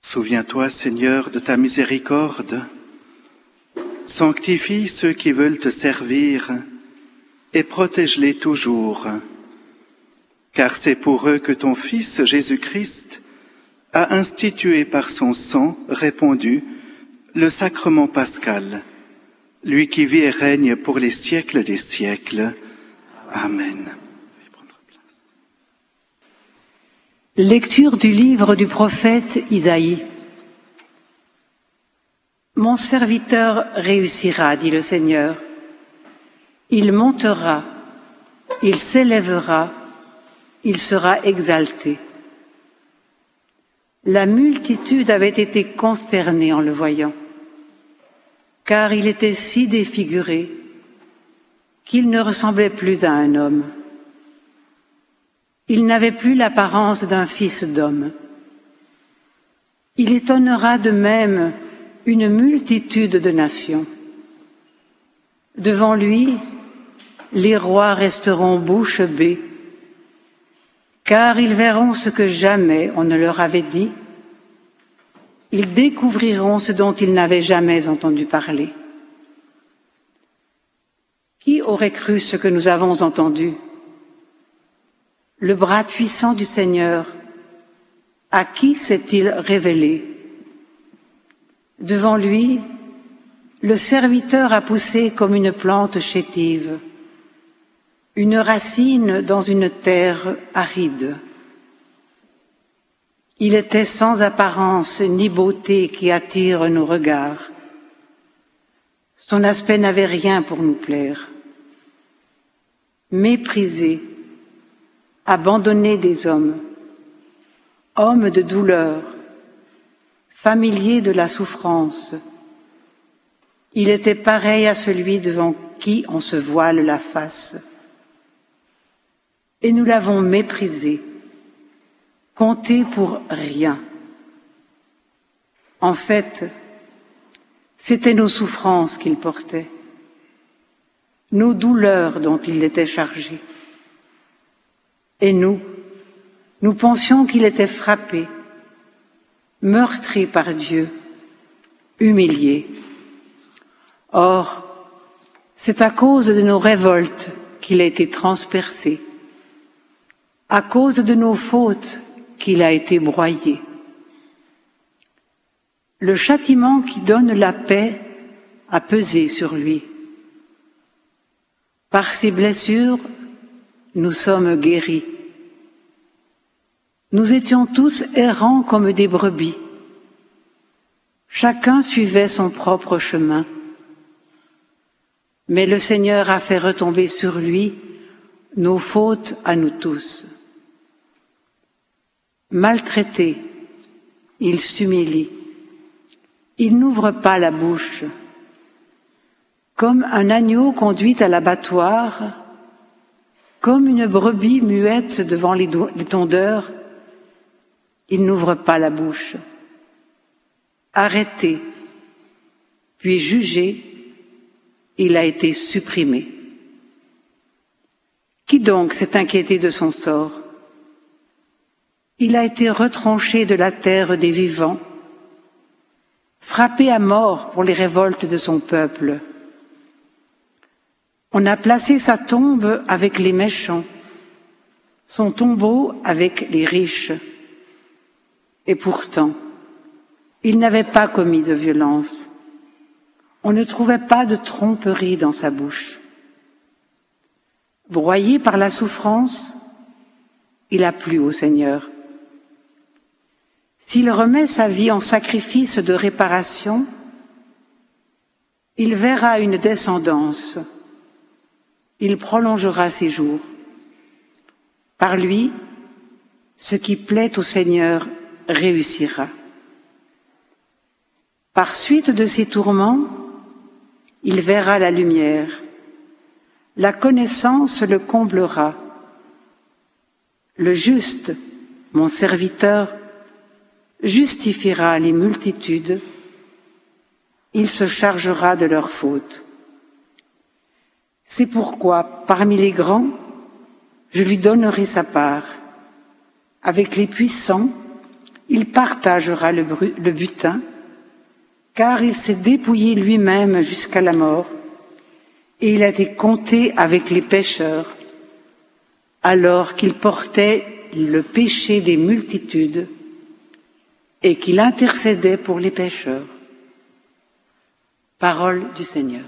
Souviens-toi, Seigneur, de ta miséricorde. Sanctifie ceux qui veulent te servir et protège-les toujours, car c'est pour eux que ton Fils Jésus-Christ a institué par son sang répandu le sacrement pascal, lui qui vit et règne pour les siècles des siècles. Amen. Lecture du livre du prophète Isaïe. Mon serviteur réussira, dit le Seigneur. Il montera, il s'élèvera, il sera exalté. La multitude avait été consternée en le voyant, car il était si défiguré qu'il ne ressemblait plus à un homme. Il n'avait plus l'apparence d'un fils d'homme. Il étonnera de même une multitude de nations. Devant lui, les rois resteront bouche bée, car ils verront ce que jamais on ne leur avait dit. Ils découvriront ce dont ils n'avaient jamais entendu parler. Qui aurait cru ce que nous avons entendu? Le bras puissant du Seigneur, à qui s'est-il révélé? Devant lui, le serviteur a poussé comme une plante chétive, une racine dans une terre aride. Il était sans apparence ni beauté qui attire nos regards. Son aspect n'avait rien pour nous plaire. Méprisé, abandonné des hommes, homme de douleur, familier de la souffrance, il était pareil à celui devant qui on se voile la face. Et nous l'avons méprisé, compté pour rien. En fait, c'étaient nos souffrances qu'il portait, nos douleurs dont il était chargé. Et nous pensions qu'il était frappé, meurtri par Dieu, humilié. Or, c'est à cause de nos révoltes qu'il a été transpercé, à cause de nos fautes qu'il a été broyé. Le châtiment qui donne la paix a pesé sur lui. Par ses blessures, nous sommes guéris. Nous étions tous errants comme des brebis. Chacun suivait son propre chemin. Mais le Seigneur a fait retomber sur lui nos fautes à nous tous. Maltraité, il s'humilie. Il n'ouvre pas la bouche. Comme un agneau conduit à l'abattoir, comme une brebis muette devant les tondeurs, il n'ouvre pas la bouche. Arrêté, puis jugé, il a été supprimé. Qui donc s'est inquiété de son sort? Il a été retranché de la terre des vivants, frappé à mort pour les révoltes de son peuple. On a placé sa tombe avec les méchants, son tombeau avec les riches. Et pourtant, il n'avait pas commis de violence. On ne trouvait pas de tromperie dans sa bouche. Broyé par la souffrance, il a plu au Seigneur. S'il remet sa vie en sacrifice de réparation, il verra une descendance. Il prolongera ses jours. Par lui, ce qui plaît au Seigneur réussira. Par suite de ses tourments, il verra la lumière. La connaissance le comblera. Le juste, mon serviteur, justifiera les multitudes. Il se chargera de leurs fautes. C'est pourquoi, parmi les grands, je lui donnerai sa part. Avec les puissants, il partagera le butin, car il s'est dépouillé lui-même jusqu'à la mort, et il a été compté avec les pécheurs, alors qu'il portait le péché des multitudes et qu'il intercédait pour les pécheurs. Parole du Seigneur.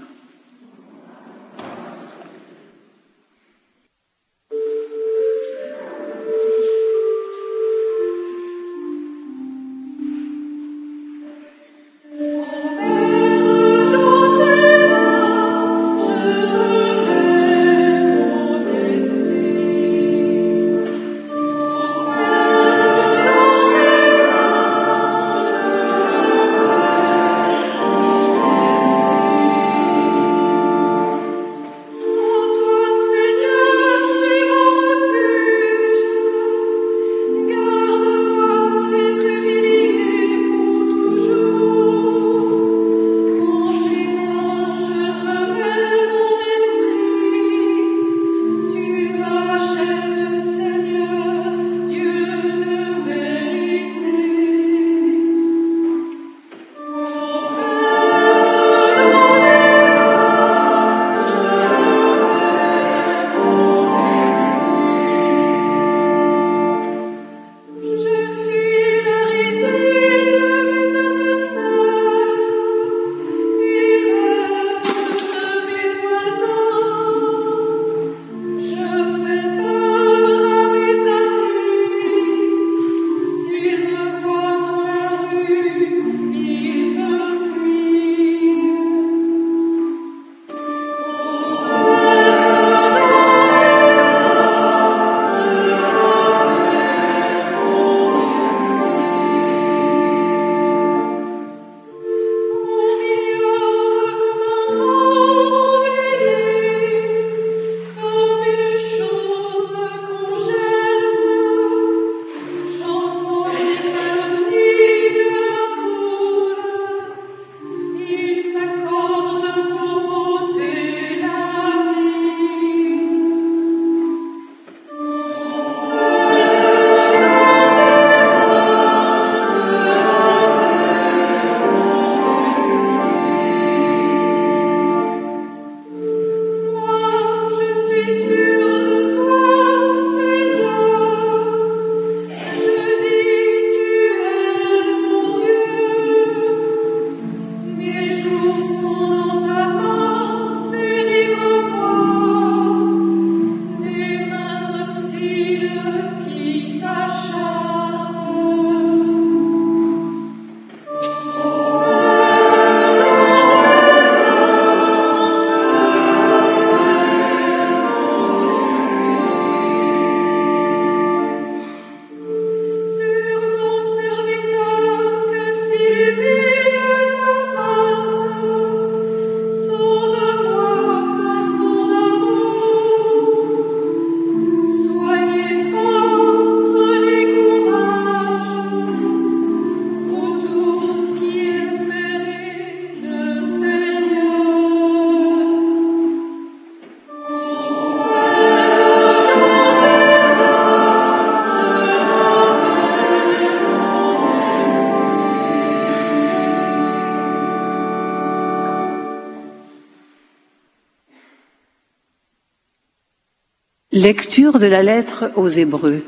Lecture de la lettre aux Hébreux.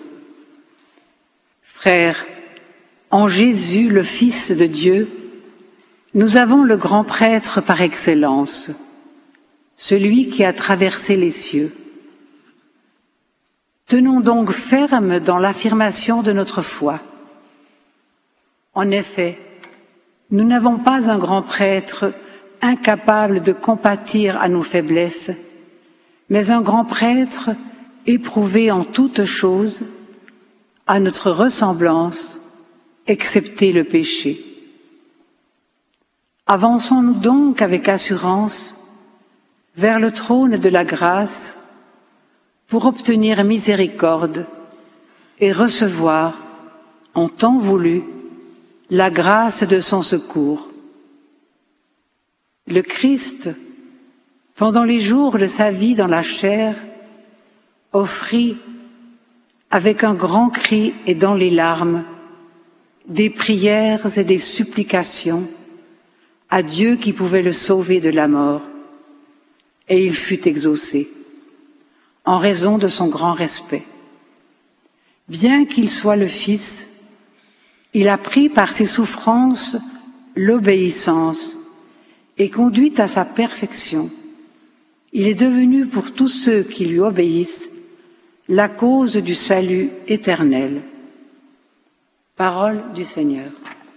Frères, en Jésus, le Fils de Dieu, nous avons le grand prêtre par excellence, celui qui a traversé les cieux. Tenons donc ferme dans l'affirmation de notre foi. En effet, nous n'avons pas un grand prêtre incapable de compatir à nos faiblesses, mais un grand prêtre éprouvé en toutes choses, à notre ressemblance, excepté le péché. Avançons-nous donc avec assurance vers le trône de la grâce pour obtenir miséricorde et recevoir, en temps voulu, la grâce de son secours. Le Christ, pendant les jours de sa vie dans la chair, offrit, avec un grand cri et dans les larmes, des prières et des supplications à Dieu qui pouvait le sauver de la mort, et il fut exaucé, en raison de son grand respect. Bien qu'il soit le Fils, il a pris par ses souffrances l'obéissance et conduit à sa perfection. Il est devenu pour tous ceux qui lui obéissent la cause du salut éternel. Parole du Seigneur.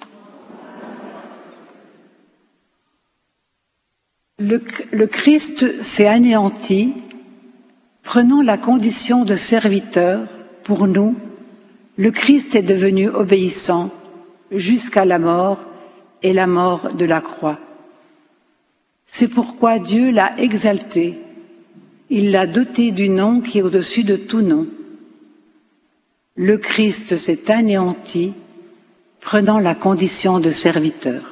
Le Christ s'est anéanti, prenant la condition de serviteur pour nous. Le Christ est devenu obéissant jusqu'à la mort et la mort de la croix. C'est pourquoi Dieu l'a exalté. Il l'a doté du nom qui est au-dessus de tout nom. Le Christ s'est anéanti, prenant la condition de serviteur.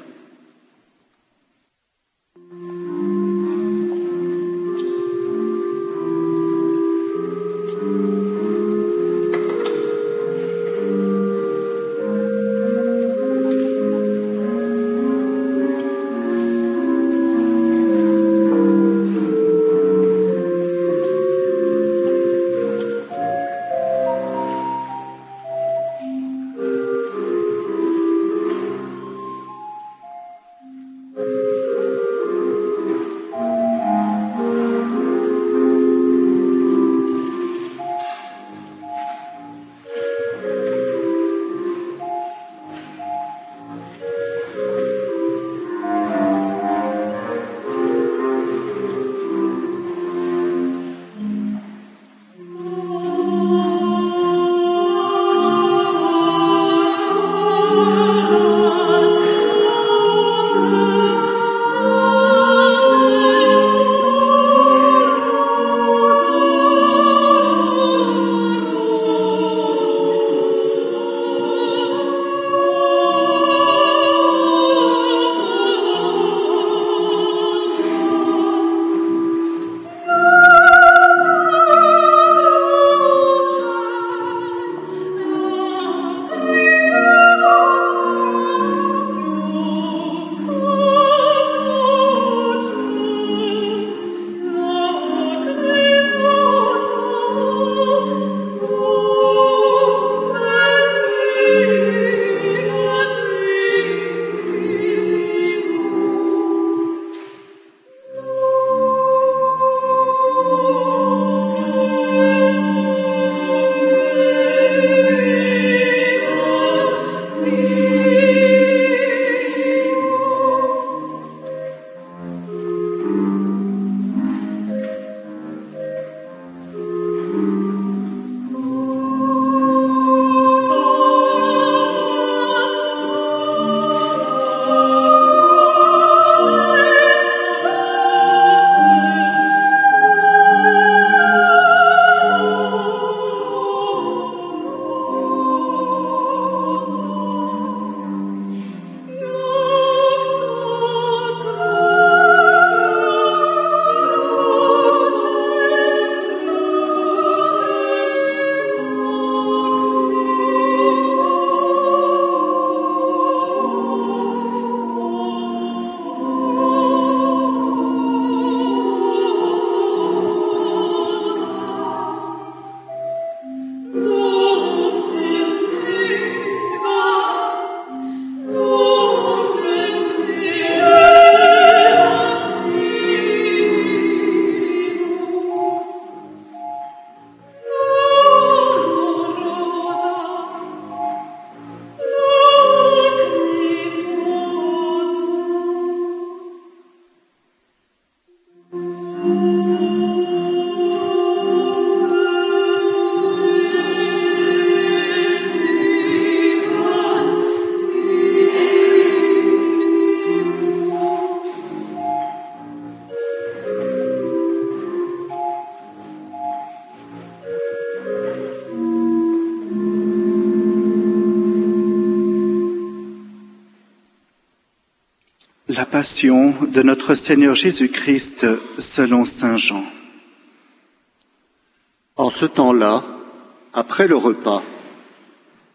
La Passion de notre Seigneur Jésus-Christ selon saint Jean. En ce temps-là, après le repas,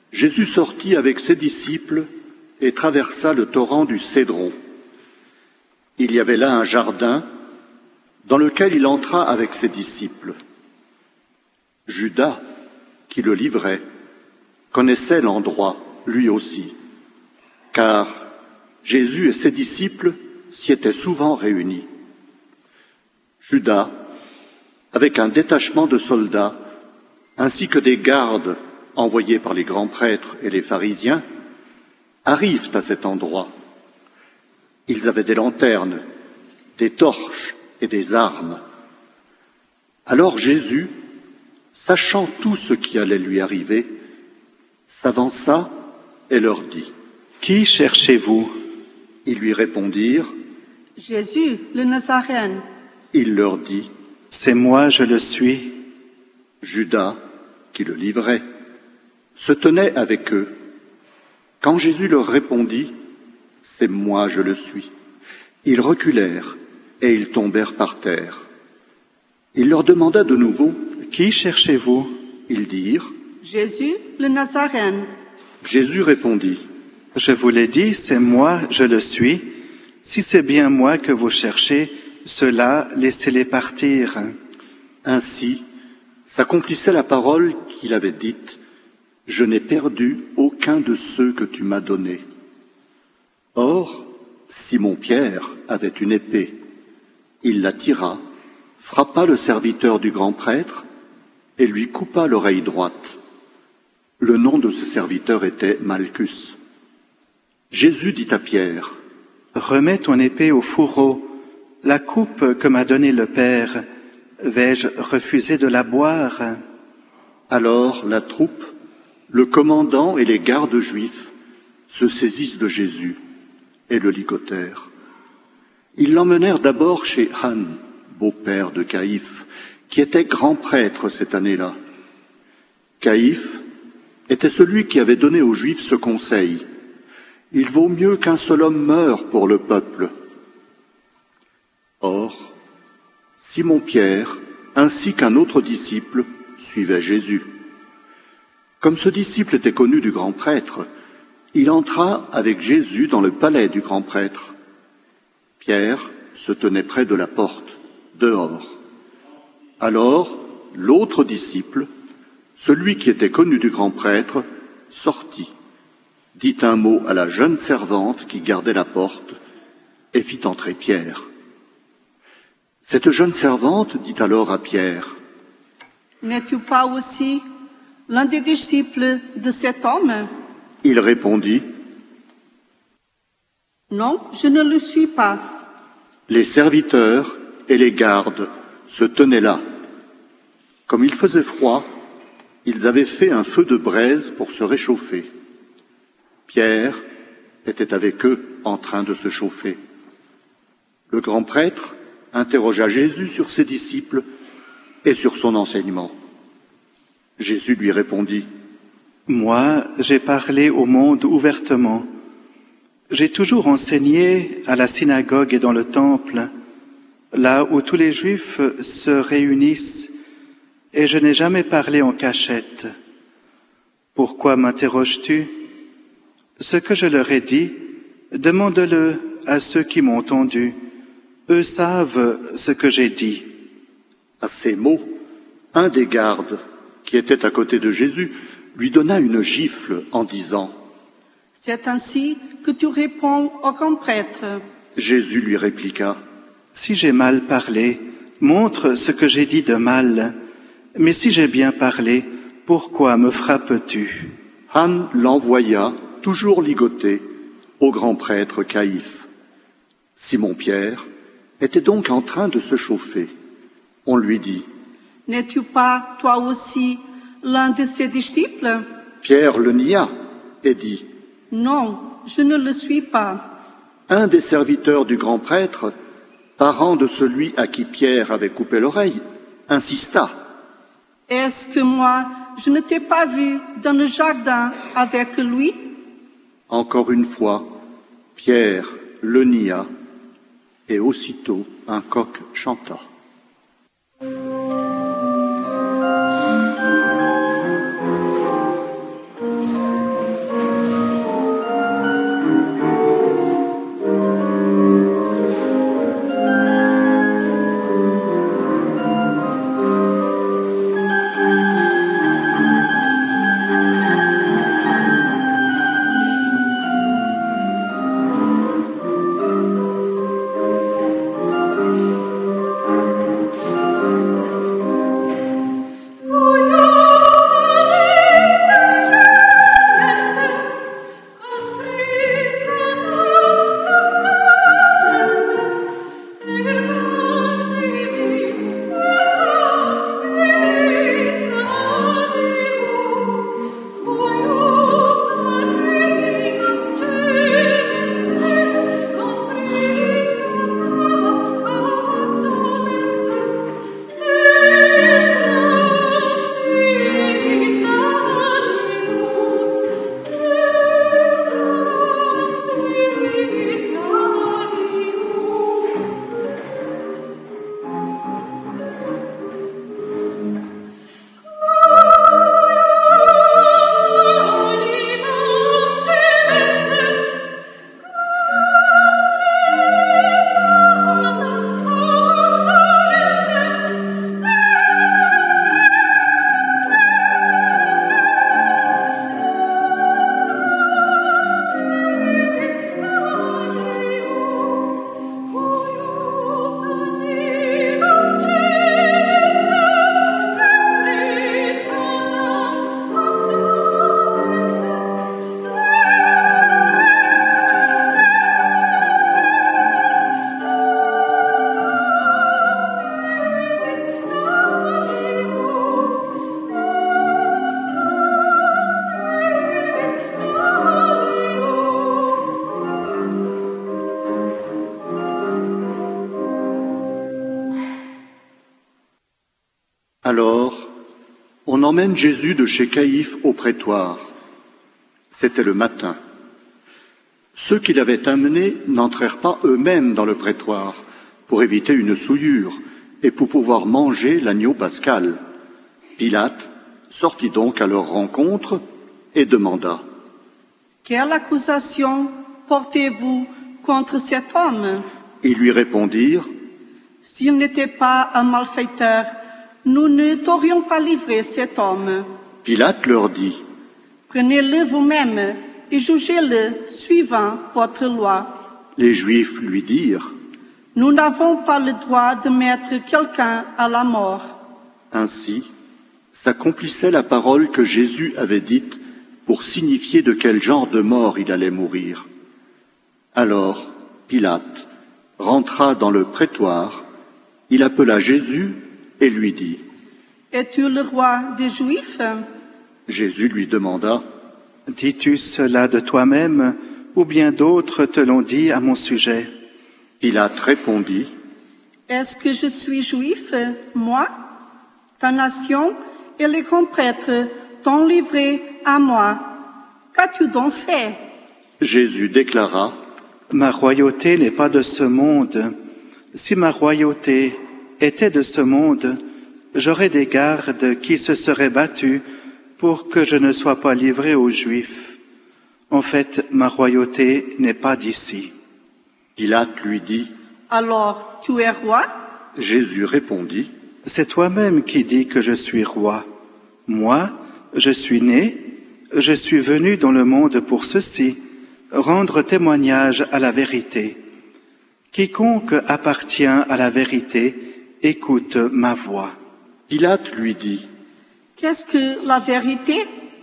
Jésus sortit avec ses disciples et traversa le torrent du Cédron. Il y avait là un jardin dans lequel il entra avec ses disciples. Judas, qui le livrait, connaissait l'endroit, lui aussi, car Jésus et ses disciples s'y étaient souvent réunis. Judas, avec un détachement de soldats, ainsi que des gardes envoyés par les grands prêtres et les pharisiens, arrivent à cet endroit. Ils avaient des lanternes, des torches et des armes. Alors Jésus, sachant tout ce qui allait lui arriver, s'avança et leur dit : « Qui cherchez-vous ? » Ils lui répondirent : « Jésus, le Nazaréen. » Il leur dit : « C'est moi, je le suis. » Judas, qui le livrait, se tenait avec eux. Quand Jésus leur répondit : « C'est moi, je le suis », ils reculèrent et ils tombèrent par terre. Il leur demanda de nouveau : « Qui cherchez-vous ? » Ils dirent : « Jésus, le Nazaréen. » Jésus répondit : « Je vous l'ai dit, c'est moi, je le suis. Si c'est bien moi que vous cherchez, ceux-là, laissez-les partir. » Ainsi s'accomplissait la parole qu'il avait dite : « Je n'ai perdu aucun de ceux que tu m'as donnés. » Or, Simon-Pierre avait une épée. Il la tira, frappa le serviteur du grand prêtre et lui coupa l'oreille droite. Le nom de ce serviteur était Malchus. Jésus dit à Pierre : « Remets ton épée au fourreau. La coupe que m'a donnée le Père, vais-je refuser de la boire ?» Alors la troupe, le commandant et les gardes juifs se saisissent de Jésus et le ligotèrent. Ils l'emmenèrent d'abord chez Anne, beau-père de Caïphe, qui était grand prêtre cette année-là. Caïphe était celui qui avait donné aux Juifs ce conseil : « Il vaut mieux qu'un seul homme meure pour le peuple. » Or, Simon-Pierre, ainsi qu'un autre disciple, suivaient Jésus. Comme ce disciple était connu du grand prêtre, il entra avec Jésus dans le palais du grand prêtre. Pierre se tenait près de la porte, dehors. Alors, l'autre disciple, celui qui était connu du grand prêtre, sortit, dit un mot à la jeune servante qui gardait la porte et fit entrer Pierre. Cette jeune servante dit alors à Pierre : « N'es-tu pas aussi l'un des disciples de cet homme ? » Il répondit : « Non, je ne le suis pas. » Les serviteurs et les gardes se tenaient là. Comme il faisait froid, ils avaient fait un feu de braise pour se réchauffer. Pierre était avec eux en train de se chauffer. Le grand prêtre interrogea Jésus sur ses disciples et sur son enseignement. Jésus lui répondit : « Moi, j'ai parlé au monde ouvertement. J'ai toujours enseigné à la synagogue et dans le temple, là où tous les Juifs se réunissent, et je n'ai jamais parlé en cachette. Pourquoi m'interroges-tu ? Ce que je leur ai dit, demande-le à ceux qui m'ont entendu. Eux savent ce que j'ai dit. » À ces mots, un des gardes, qui était à côté de Jésus, lui donna une gifle en disant : « C'est ainsi que tu réponds au grand prêtre. » Jésus lui répliqua : « Si j'ai mal parlé, montre ce que j'ai dit de mal. Mais si j'ai bien parlé, pourquoi me frappes-tu » Anne l'envoya, toujours ligoté, au grand prêtre Caïphe. Simon-Pierre était donc en train de se chauffer. On lui dit : « N'es-tu pas, toi aussi, l'un de ses disciples ? » Pierre le nia et dit : « Non, je ne le suis pas. » Un des serviteurs du grand prêtre, parent de celui à qui Pierre avait coupé l'oreille, insista : « Est-ce que moi, je ne t'ai pas vu dans le jardin avec lui ? » Encore une fois, Pierre le nia, et aussitôt un coq chanta. Alors, on emmène Jésus de chez Caïphe au prétoire. C'était le matin. Ceux qui l'avaient amené n'entrèrent pas eux-mêmes dans le prétoire pour éviter une souillure et pour pouvoir manger l'agneau pascal. Pilate sortit donc à leur rencontre et demanda : « Quelle accusation portez-vous contre cet homme ? » Ils lui répondirent : « S'il n'était pas un malfaiteur, nous ne t'aurions pas livré cet homme. » Pilate leur dit : « Prenez-le vous-même et jugez-le suivant votre loi. » Les Juifs lui dirent : « Nous n'avons pas le droit de mettre quelqu'un à la mort. » Ainsi s'accomplissait la parole que Jésus avait dite pour signifier de quel genre de mort il allait mourir. Alors Pilate rentra dans le prétoire, il appela Jésus et lui dit : « Es-tu le roi des Juifs ? » Jésus lui demanda : « Dis-tu cela de toi-même, ou bien d'autres te l'ont dit à mon sujet ?» Pilate répondit : « Est-ce que je suis juif, moi ? Ta nation et les grands prêtres t'ont livré à moi. Qu'as-tu donc fait ? » Jésus déclara : « Ma royauté n'est pas de ce monde. Si ma royauté était de ce monde, j'aurais des gardes qui se seraient battus pour que je ne sois pas livré aux Juifs. En fait, ma royauté n'est pas d'ici. » Pilate lui dit : « Alors, tu es roi ? » Jésus répondit : « C'est toi-même qui dis que je suis roi. Moi, je suis né, je suis venu dans le monde pour ceci, rendre témoignage à la vérité. Quiconque appartient à la vérité, écoute ma voix. » Pilate lui dit : « Qu'est-ce que la vérité ? »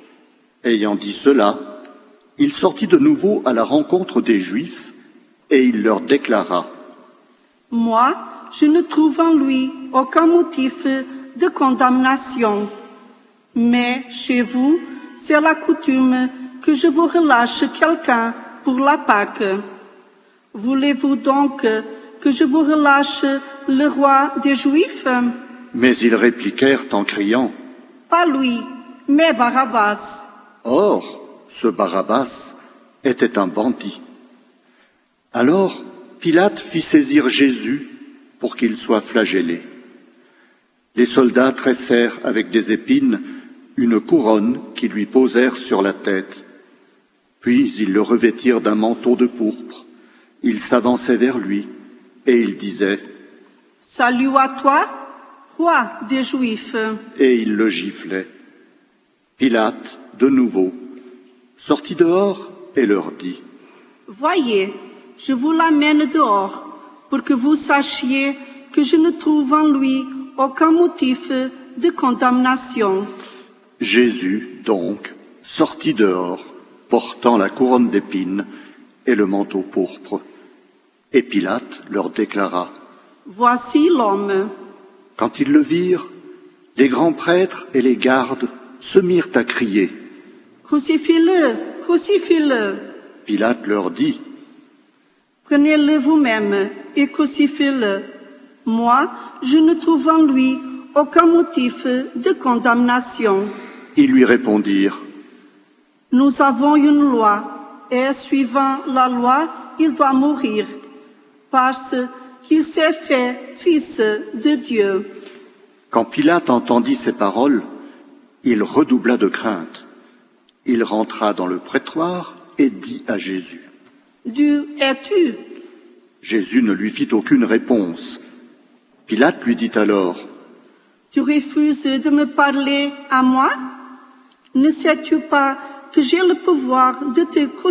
Ayant dit cela, il sortit de nouveau à la rencontre des Juifs et il leur déclara : « Moi, je ne trouve en lui aucun motif de condamnation. Mais chez vous, c'est la coutume que je vous relâche quelqu'un pour la Pâque. Voulez-vous donc que je vous relâche le roi des Juifs ? » Mais ils répliquèrent en criant : « Pas lui, mais Barabbas. » Or, ce Barabbas était un bandit. Alors Pilate fit saisir Jésus pour qu'il soit flagellé. Les soldats tressèrent avec des épines une couronne qui lui posèrent sur la tête. Puis ils le revêtirent d'un manteau de pourpre. Ils s'avançaient vers lui et ils disaient : « Salut à toi, roi des Juifs. » Et ils le giflaient. Pilate, de nouveau, sortit dehors et leur dit : « Voyez, je vous l'amène dehors pour que vous sachiez que je ne trouve en lui aucun motif de condamnation. » Jésus, donc, sortit dehors, portant la couronne d'épines et le manteau pourpre. Et Pilate leur déclara : « Voici l'homme. » Quand ils le virent, les grands prêtres et les gardes se mirent à crier : « Crucifie-le, crucifie-le. » Pilate leur dit : « Prenez-le vous-même et crucifiez-le. Moi, je ne trouve en lui aucun motif de condamnation. » Ils lui répondirent : « Nous avons une loi, et suivant la loi, il doit mourir, parce qu'il s'est fait fils de Dieu. » Quand Pilate entendit ces paroles, il redoubla de crainte. Il rentra dans le prétoire et dit à Jésus : « D'où es-tu ? » Jésus ne lui fit aucune réponse. Pilate lui dit alors : « Tu refuses de me parler à moi ? Ne sais-tu pas que j'ai le pouvoir de te crucifier ? »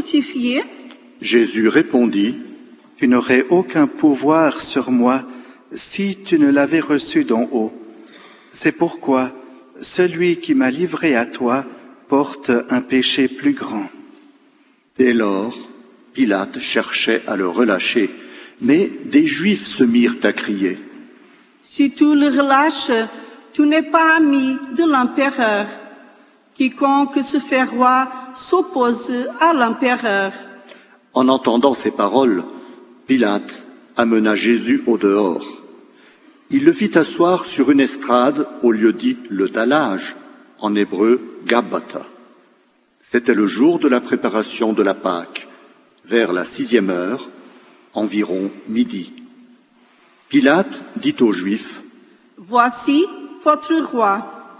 Jésus répondit : « Tu n'aurais aucun pouvoir sur moi si tu ne l'avais reçu d'en haut. C'est pourquoi celui qui m'a livré à toi porte un péché plus grand. » Dès lors, Pilate cherchait à le relâcher, mais des Juifs se mirent à crier : « Si tu le relâches, tu n'es pas ami de l'empereur. Quiconque se fait roi s'oppose à l'empereur. » En entendant ces paroles, Pilate amena Jésus au dehors. il le fit asseoir sur une estrade au lieu dit le dallage, en hébreu Gabbatha. C'était le jour de la préparation de la Pâque, vers la 6e heure, environ midi. Pilate dit aux Juifs, « Voici votre roi. »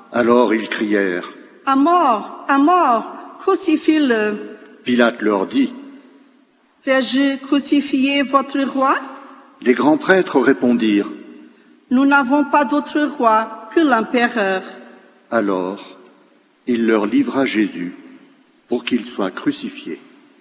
Alors ils crièrent, « À mort, crucifiez-le. » Pilate leur dit, « Vais-je crucifier votre roi? » Les grands prêtres répondirent, « Nous n'avons pas d'autre roi que l'empereur. » Alors il leur livra Jésus pour qu'il soit crucifié.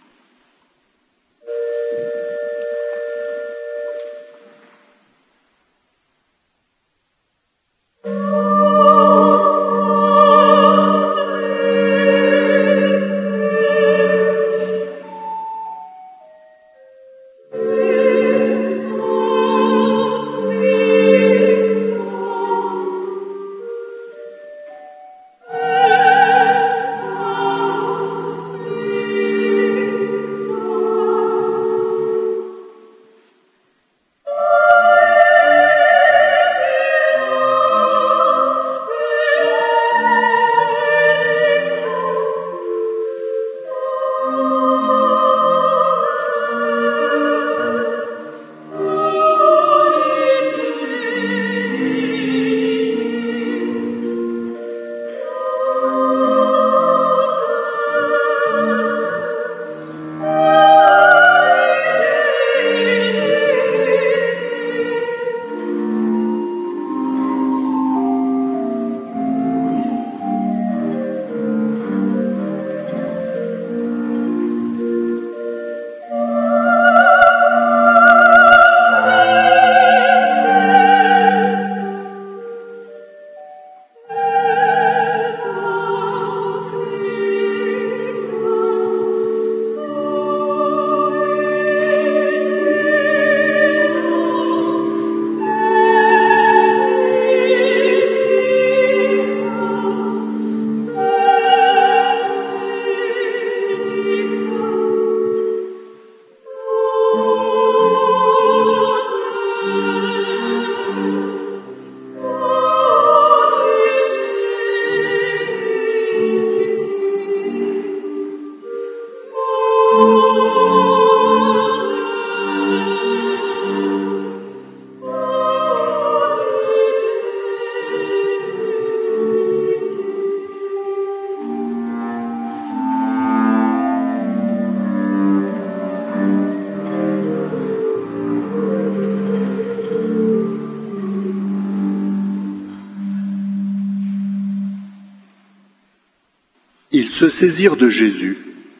Ils se saisirent de Jésus,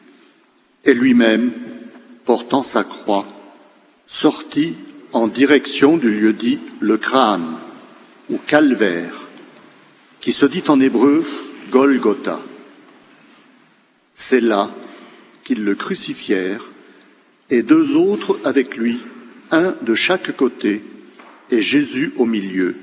et lui-même, portant sa croix, sortit en direction du lieu dit le crâne, ou calvaire, qui se dit en hébreu Golgotha. C'est là qu'ils le crucifièrent, et 2 autres avec lui, un de chaque côté, et Jésus au milieu.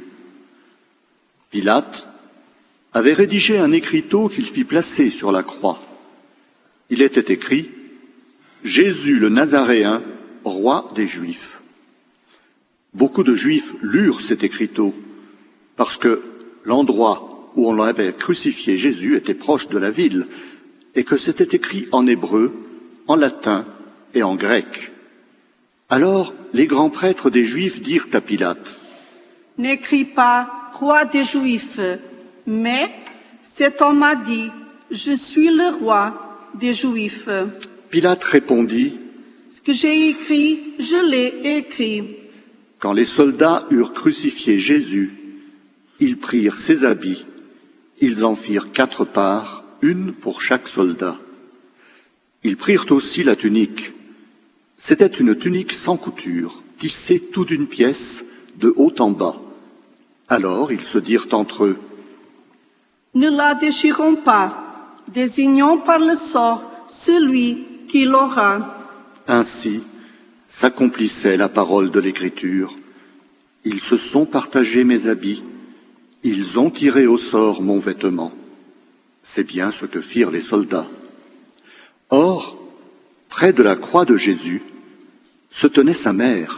Pilate avait rédigé un écriteau qu'il fit placer sur la croix. Il était écrit « Jésus le Nazaréen, roi des Juifs ». Beaucoup de Juifs lurent cet écriteau, parce que l'endroit où on avait crucifié Jésus était proche de la ville, et que c'était écrit en hébreu, en latin et en grec. Alors les grands prêtres des Juifs dirent à Pilate « N'écris pas « roi des Juifs », mais cet homme a dit « Je suis le roi des Juifs ». Pilate répondit « Ce que j'ai écrit, je l'ai écrit ». Quand les soldats eurent crucifié Jésus, ils prirent ses habits, ils en firent 4 parts, une pour chaque soldat. Ils prirent aussi la tunique. C'était une tunique sans couture, tissée tout d'une pièce, de haut en bas. Alors ils se dirent entre eux, « Ne la déchirons pas, désignons par le sort celui qui l'aura. » Ainsi s'accomplissait la parole de l'Écriture. Ils se sont partagés mes habits, ils ont tiré au sort mon vêtement. C'est bien ce que firent les soldats. Or, près de la croix de Jésus, se tenait sa mère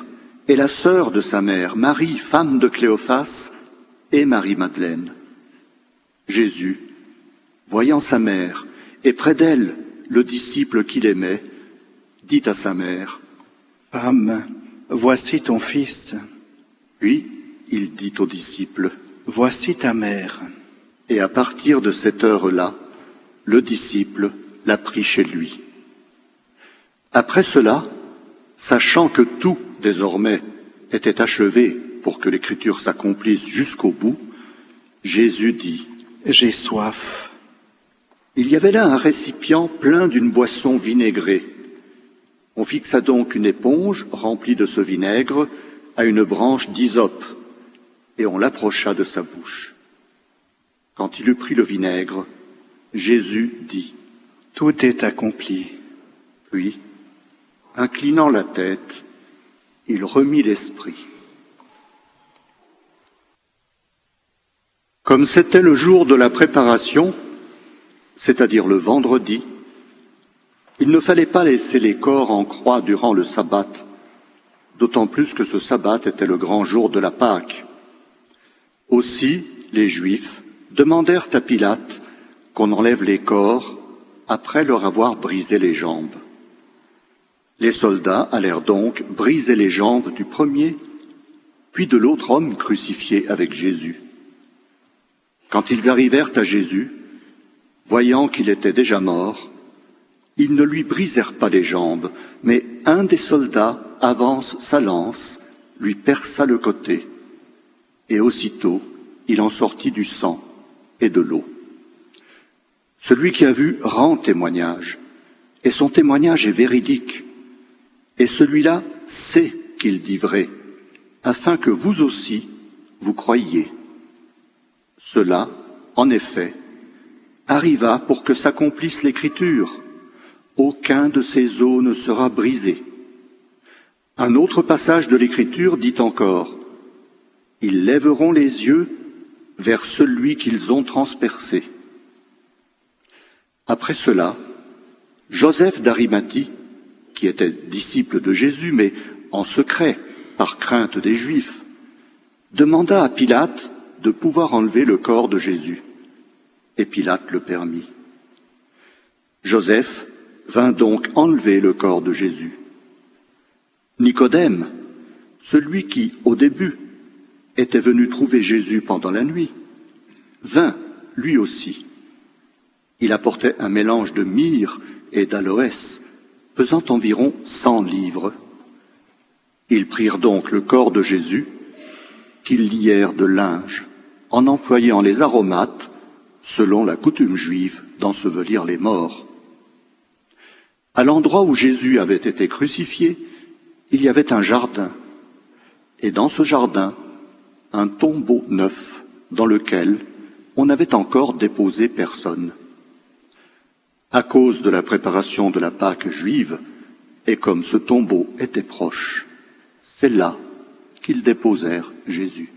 et la sœur de sa mère, Marie, femme de Cléophas, et Marie-Madeleine. Jésus, voyant sa mère, et près d'elle le disciple qu'il aimait, dit à sa mère, « Femme, voici ton fils. » Puis il dit au disciple, « Voici ta mère. » Et à partir de cette heure-là, le disciple l'a pris chez lui. Après cela, sachant que tout, désormais, était achevé pour que l'Écriture s'accomplisse jusqu'au bout, Jésus dit, « J'ai soif. » Il y avait là un récipient plein d'une boisson vinaigrée. On fixa donc une éponge remplie de ce vinaigre à une branche d'hysope, et on l'approcha de sa bouche. Quand il eut pris le vinaigre, Jésus dit, « Tout est accompli. » Puis, inclinant la tête, il remit l'esprit. Comme c'était le jour de la préparation, c'est-à-dire le vendredi, il ne fallait pas laisser les corps en croix durant le sabbat, d'autant plus que ce sabbat était le grand jour de la Pâque. Aussi, les Juifs demandèrent à Pilate qu'on enlève les corps après leur avoir brisé les jambes. Les soldats allèrent donc briser les jambes du premier, puis de l'autre homme crucifié avec Jésus. Quand ils arrivèrent à Jésus, voyant qu'il était déjà mort, ils ne lui brisèrent pas les jambes, mais un des soldats avance sa lance, lui perça le côté, et aussitôt il en sortit du sang et de l'eau. Celui qui a vu rend témoignage, et son témoignage est véridique, et celui-là sait qu'il dit vrai, afin que vous aussi vous croyiez. Cela, en effet, arriva pour que s'accomplisse l'Écriture. Aucun de ces os ne sera brisé. Un autre passage de l'Écriture dit encore, « Ils lèveront les yeux vers celui qu'ils ont transpercé. » Après cela, Joseph d'Arimathie, qui était disciple de Jésus, mais en secret, par crainte des Juifs, demanda à Pilate de pouvoir enlever le corps de Jésus. Et Pilate le permit. Joseph vint donc enlever le corps de Jésus. Nicodème, celui qui, au début, était venu trouver Jésus pendant la nuit, vint, lui aussi. Il apportait un mélange de myrrhe et d'aloès, pesant environ 100 livres. Ils prirent donc le corps de Jésus, qu'ils lièrent de linge, en employant les aromates, selon la coutume juive, d'ensevelir les morts. À l'endroit où Jésus avait été crucifié, il y avait un jardin, et dans ce jardin, un tombeau neuf, dans lequel on n'avait encore déposé personne. À cause de la préparation de la Pâque juive, et comme ce tombeau était proche, c'est là qu'ils déposèrent Jésus.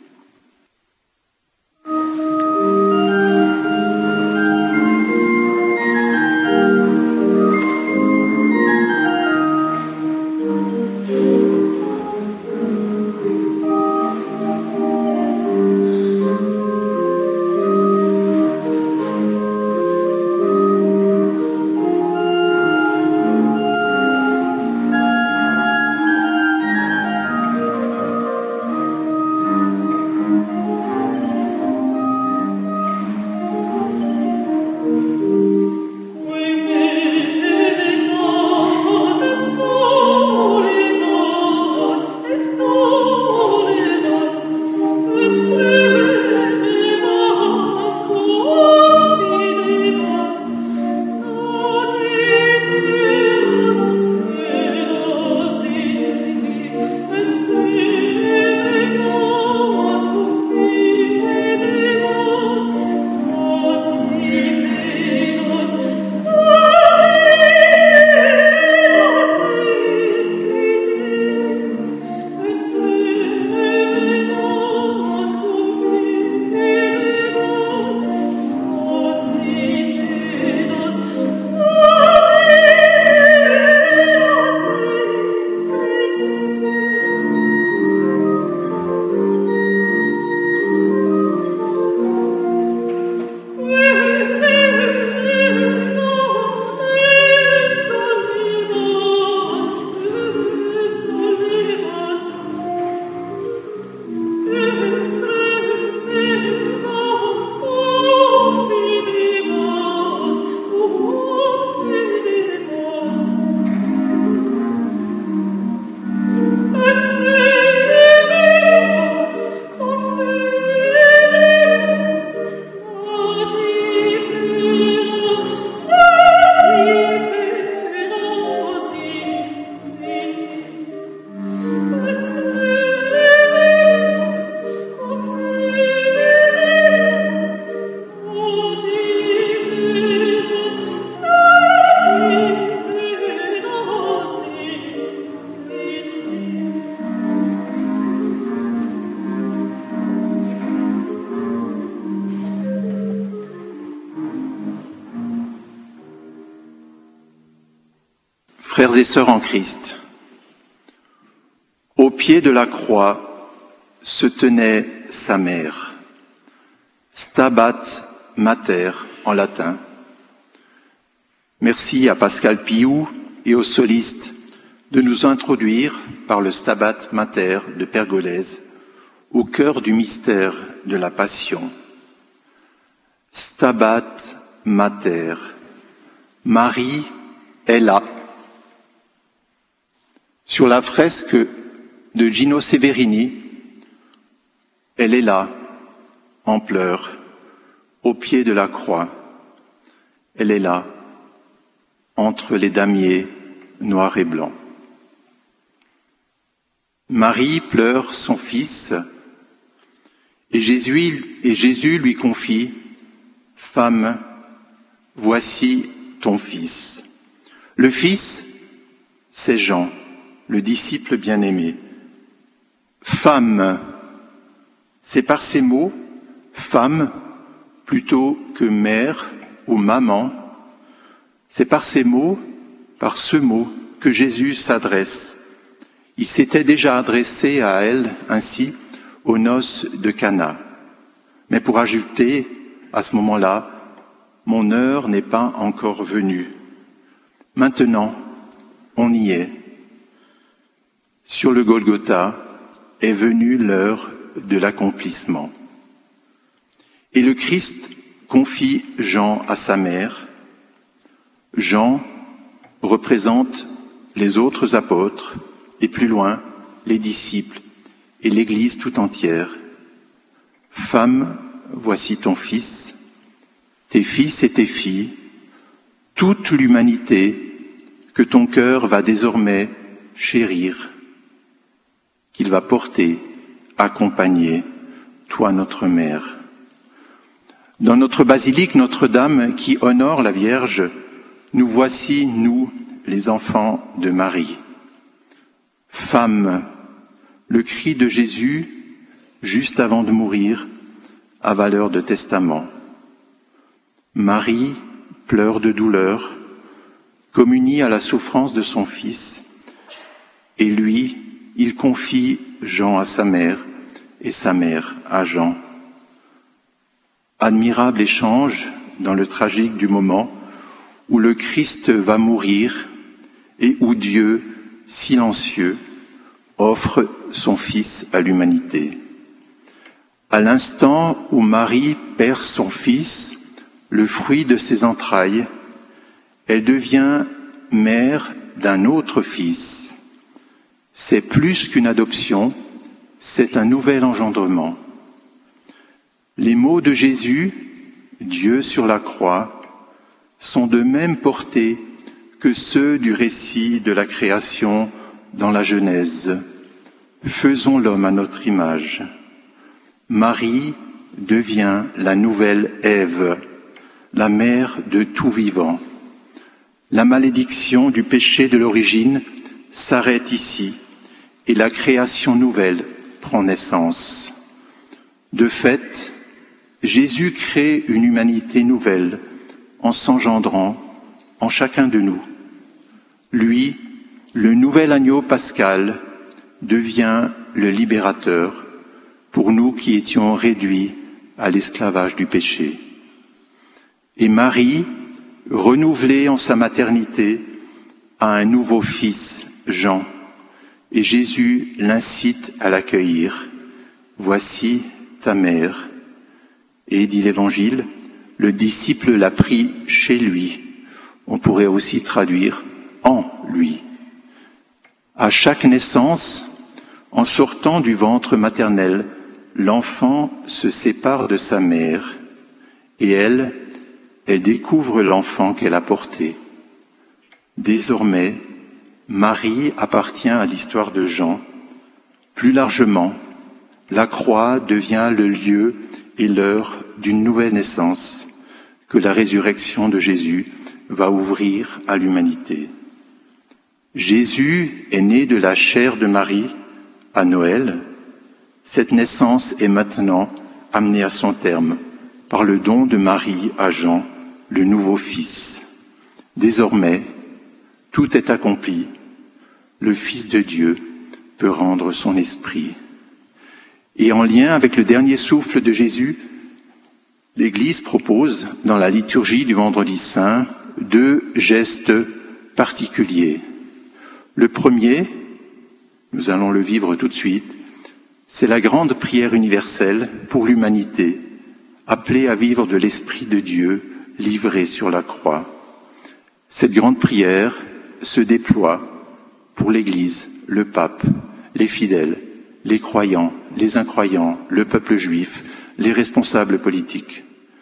Frères et sœurs en Christ, au pied de la croix se tenait sa mère, Stabat Mater en latin. Merci à Pascal Piou et aux solistes de nous introduire par le Stabat Mater de Pergolèse au cœur du mystère de la Passion. Stabat Mater, Marie est là. Sur la fresque de Gino Severini, elle est là, en pleurs, au pied de la croix. Elle est là, entre les damiers noirs et blancs. Marie pleure son fils, et Jésus lui confie, « Femme, voici ton fils. » Le fils, c'est Jean, le disciple bien-aimé. Femme, c'est par ces mots, femme, plutôt que mère ou maman, c'est par ces mots, par ce mot, que Jésus s'adresse. Il s'était déjà adressé à elle ainsi aux noces de Cana. Mais pour ajouter, à ce moment-là, « Mon heure n'est pas encore venue ». Maintenant, on y est. Sur le Golgotha est venue l'heure de l'accomplissement. Et le Christ confie Jean à sa mère. Jean représente les autres apôtres et plus loin, les disciples et l'Église tout entière. Femme, voici ton fils, tes fils et tes filles, toute l'humanité que ton cœur va désormais chérir, qu'il va porter, accompagner, toi notre mère. Dans notre basilique Notre-Dame qui honore la Vierge, nous voici, nous, les enfants de Marie. Femme, le cri de Jésus, juste avant de mourir, à valeur de testament. Marie pleure de douleur, communie à la souffrance de son fils, et lui, il confie Jean à sa mère et sa mère à Jean. Admirable échange dans le tragique du moment où le Christ va mourir et où Dieu, silencieux, offre son Fils à l'humanité. À l'instant où Marie perd son Fils, le fruit de ses entrailles, elle devient mère d'un autre Fils. C'est plus qu'une adoption, c'est un nouvel engendrement. Les mots de Jésus, Dieu sur la croix, sont de même portée que ceux du récit de la création dans la Genèse. Faisons l'homme à notre image. Marie devient la nouvelle Ève, la mère de tout vivant. La malédiction du péché de l'origine s'arrête ici et la création nouvelle prend naissance. De fait, Jésus crée une humanité nouvelle en s'engendrant en chacun de nous. Lui, le nouvel agneau pascal, devient le libérateur pour nous qui étions réduits à l'esclavage du péché. Et Marie, renouvelée en sa maternité, a un nouveau fils, Jean, et Jésus l'incite à l'accueillir. Voici ta mère. Et, dit l'Évangile, le disciple l'a pris chez lui. On pourrait aussi traduire en lui. À chaque naissance, en sortant du ventre maternel, l'enfant se sépare de sa mère et elle découvre l'enfant qu'elle a porté. Désormais, Marie appartient à l'histoire de Jean. Plus largement, la croix devient le lieu et l'heure d'une nouvelle naissance que la résurrection de Jésus va ouvrir à l'humanité. Jésus est né de la chair de Marie à Noël. Cette naissance est maintenant amenée à son terme par le don de Marie à Jean, le nouveau Fils. Désormais, Tout est accompli. Le Fils de Dieu peut rendre son esprit. Et en lien avec le dernier souffle de Jésus, l'Église propose, dans la liturgie du Vendredi Saint, 2 gestes particuliers. Le premier, nous allons le vivre tout de suite, c'est la grande prière universelle pour l'humanité, appelée à vivre de l'Esprit de Dieu livré sur la croix. Cette grande prière se déploie pour l'Église, le pape, les fidèles, les croyants, les incroyants, le peuple juif, les responsables politiques.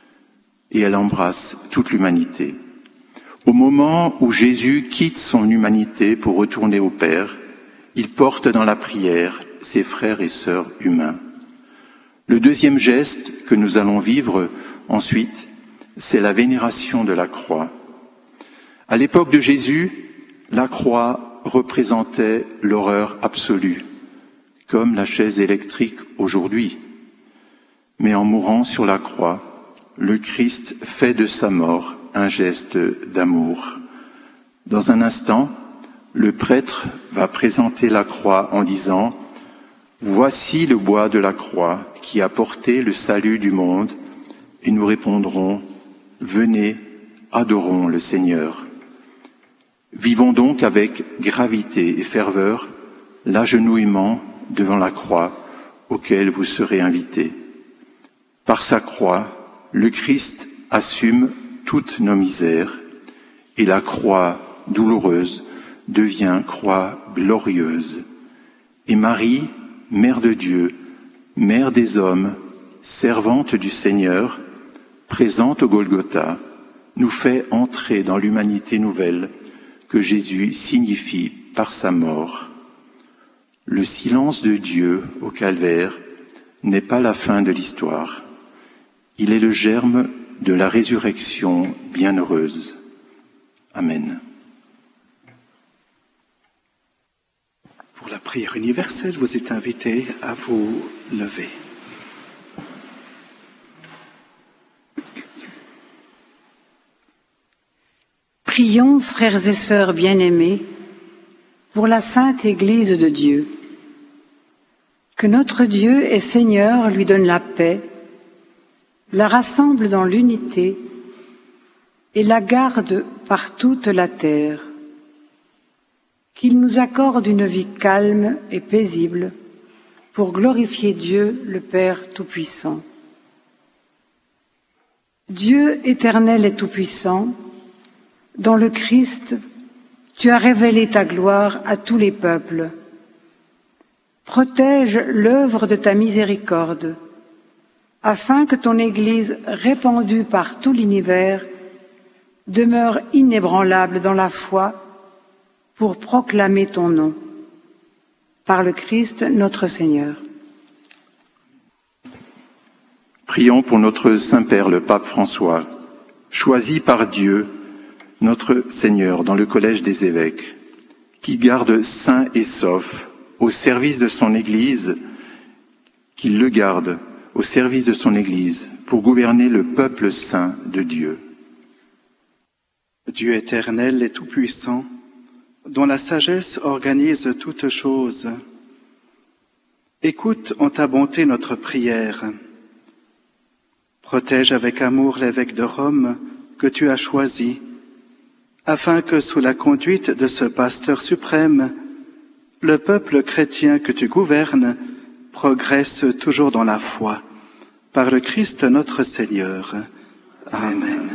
Et elle embrasse toute l'humanité. Au moment où Jésus quitte son humanité pour retourner au Père, il porte dans la prière ses frères et sœurs humains. Le deuxième geste que nous allons vivre ensuite, c'est la vénération de la croix. À l'époque de Jésus, la croix représentait l'horreur absolue, comme la chaise électrique aujourd'hui. Mais en mourant sur la croix, le Christ fait de sa mort un geste d'amour. Dans un instant, le prêtre va présenter la croix en disant « Voici le bois de la croix qui a porté le salut du monde » et nous répondrons « Venez, adorons le Seigneur ». Vivons donc avec gravité et ferveur l'agenouillement devant la croix auquel vous serez invités. Par sa croix, le Christ assume toutes nos misères et la croix douloureuse devient croix glorieuse. Et Marie, Mère de Dieu, Mère des hommes, servante du Seigneur, présente au Golgotha, nous fait entrer dans l'humanité nouvelle que Jésus signifie par sa mort. Le silence de Dieu au calvaire n'est pas la fin de l'histoire. Il est le germe de la résurrection bienheureuse. Amen. Pour la prière universelle, vous êtes invités à vous lever. Prions, frères et sœurs bien-aimés, pour la Sainte Église de Dieu. Que notre Dieu et Seigneur lui donne la paix, la rassemble dans l'unité et la garde par toute la terre. Qu'il nous accorde une vie calme et paisible pour glorifier Dieu, le Père Tout-Puissant. Dieu éternel et Tout-Puissant, dans le Christ, tu as révélé ta gloire à tous les peuples. Protège l'œuvre de ta miséricorde, afin que ton Église, répandue par tout l'univers, demeure inébranlable dans la foi pour proclamer ton nom. Par le Christ notre Seigneur. Prions pour notre Saint-Père, le Pape François, choisi par Dieu, notre Seigneur, dans le collège des évêques, qui garde sain et sauf au service de son Église, qu'il le garde au service de son Église pour gouverner le peuple saint de Dieu. Dieu éternel et tout-puissant, dont la sagesse organise toutes choses, écoute en ta bonté notre prière. Protège avec amour l'évêque de Rome que tu as choisi, afin que sous la conduite de ce pasteur suprême, le peuple chrétien que tu gouvernes progresse toujours dans la foi. Par le Christ notre Seigneur. Amen.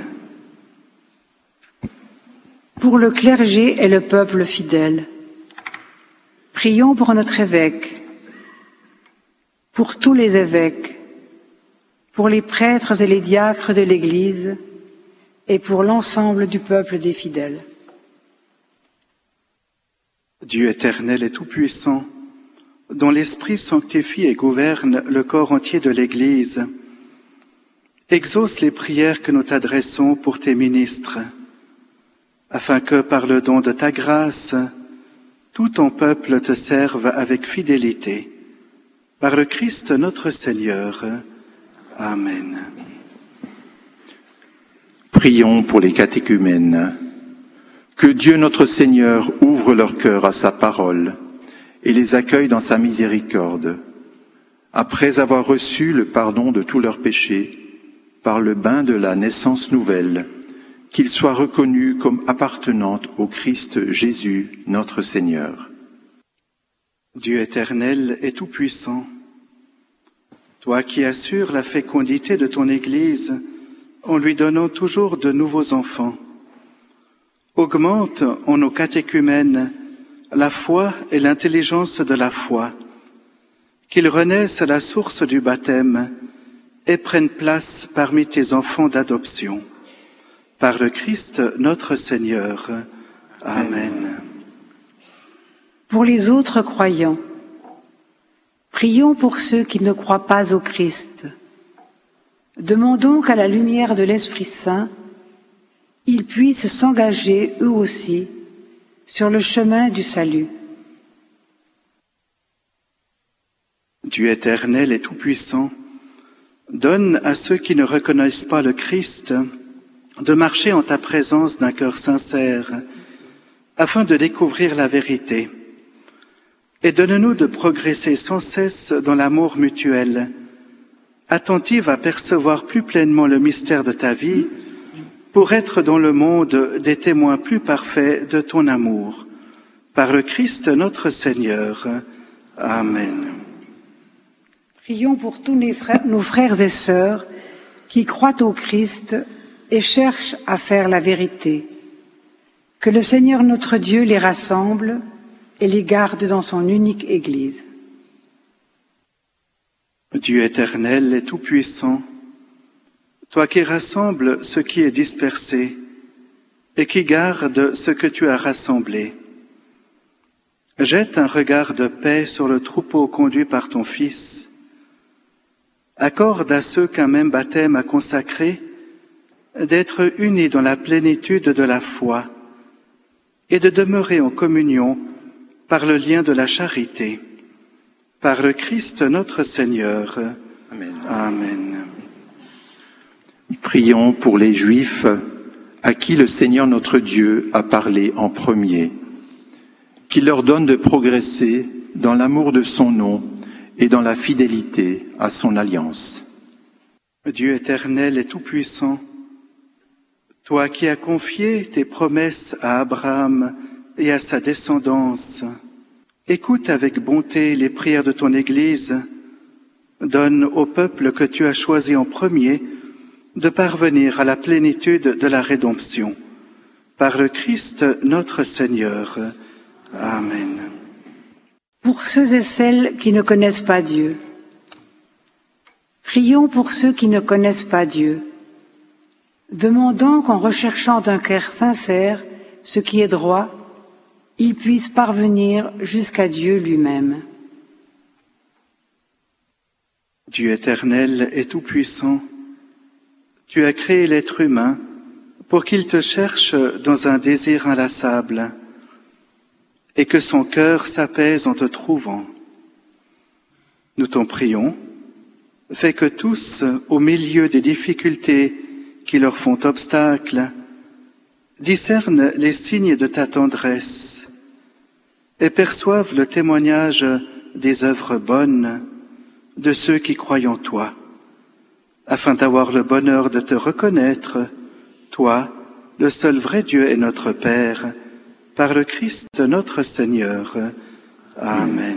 Pour le clergé et le peuple fidèle, prions pour notre évêque, pour tous les évêques, pour les prêtres et les diacres de l'Église et pour l'ensemble du peuple des fidèles. Dieu éternel et tout-puissant, dont l'Esprit sanctifie et gouverne le corps entier de l'Église, exauce les prières que nous t'adressons pour tes ministres, afin que, par le don de ta grâce, tout ton peuple te serve avec fidélité. Par le Christ notre Seigneur. Amen. Prions pour les catéchumènes. Que Dieu notre Seigneur ouvre leur cœur à sa parole et les accueille dans sa miséricorde, après avoir reçu le pardon de tous leurs péchés, par le bain de la naissance nouvelle, qu'ils soient reconnus comme appartenant au Christ Jésus, notre Seigneur. Dieu éternel et tout-puissant, toi qui assures la fécondité de ton Église en lui donnant toujours de nouveaux enfants, augmente en nos catéchumènes la foi et l'intelligence de la foi, qu'ils renaissent à la source du baptême et prennent place parmi tes enfants d'adoption. Par le Christ notre Seigneur. Amen. Pour les autres croyants, prions pour ceux qui ne croient pas au Christ. Demandons qu'à la lumière de l'Esprit Saint, ils puissent s'engager eux aussi sur le chemin du salut. Dieu éternel et tout-puissant, donne à ceux qui ne reconnaissent pas le Christ de marcher en ta présence d'un cœur sincère, afin de découvrir la vérité. Et donne-nous de progresser sans cesse dans l'amour mutuel, attentive à percevoir plus pleinement le mystère de ta vie, pour être dans le monde des témoins plus parfaits de ton amour. Par le Christ notre Seigneur. Amen. Prions pour tous nos frères et sœurs qui croient au Christ et cherchent à faire la vérité. Que le Seigneur notre Dieu les rassemble et les garde dans son unique Église. Dieu éternel et tout-puissant, toi qui rassembles ce qui est dispersé et qui garde ce que tu as rassemblé, jette un regard de paix sur le troupeau conduit par ton Fils. Accorde à ceux qu'un même baptême a consacrés d'être unis dans la plénitude de la foi et de demeurer en communion par le lien de la charité. Par le Christ notre Seigneur. Amen. Amen. Prions pour les Juifs à qui le Seigneur notre Dieu a parlé en premier, qu'il leur donne de progresser dans l'amour de son nom et dans la fidélité à son alliance. Dieu éternel et tout-puissant, toi qui as confié tes promesses à Abraham et à sa descendance, écoute avec bonté les prières de ton Église, donne au peuple que tu as choisi en premier de parvenir à la plénitude de la rédemption. Par le Christ notre Seigneur. Amen. Pour ceux et celles qui ne connaissent pas Dieu, prions pour ceux qui ne connaissent pas Dieu. Demandons qu'en recherchant d'un cœur sincère ce qui est droit, ils puissent parvenir jusqu'à Dieu lui-même. Dieu éternel et tout-puissant, tu as créé l'être humain pour qu'il te cherche dans un désir inlassable et que son cœur s'apaise en te trouvant. Nous t'en prions, fais que tous, au milieu des difficultés qui leur font obstacle, discernent les signes de ta tendresse et perçoivent le témoignage des œuvres bonnes de ceux qui croient en toi, afin d'avoir le bonheur de te reconnaître, toi, le seul vrai Dieu et notre Père, par le Christ notre Seigneur. Amen.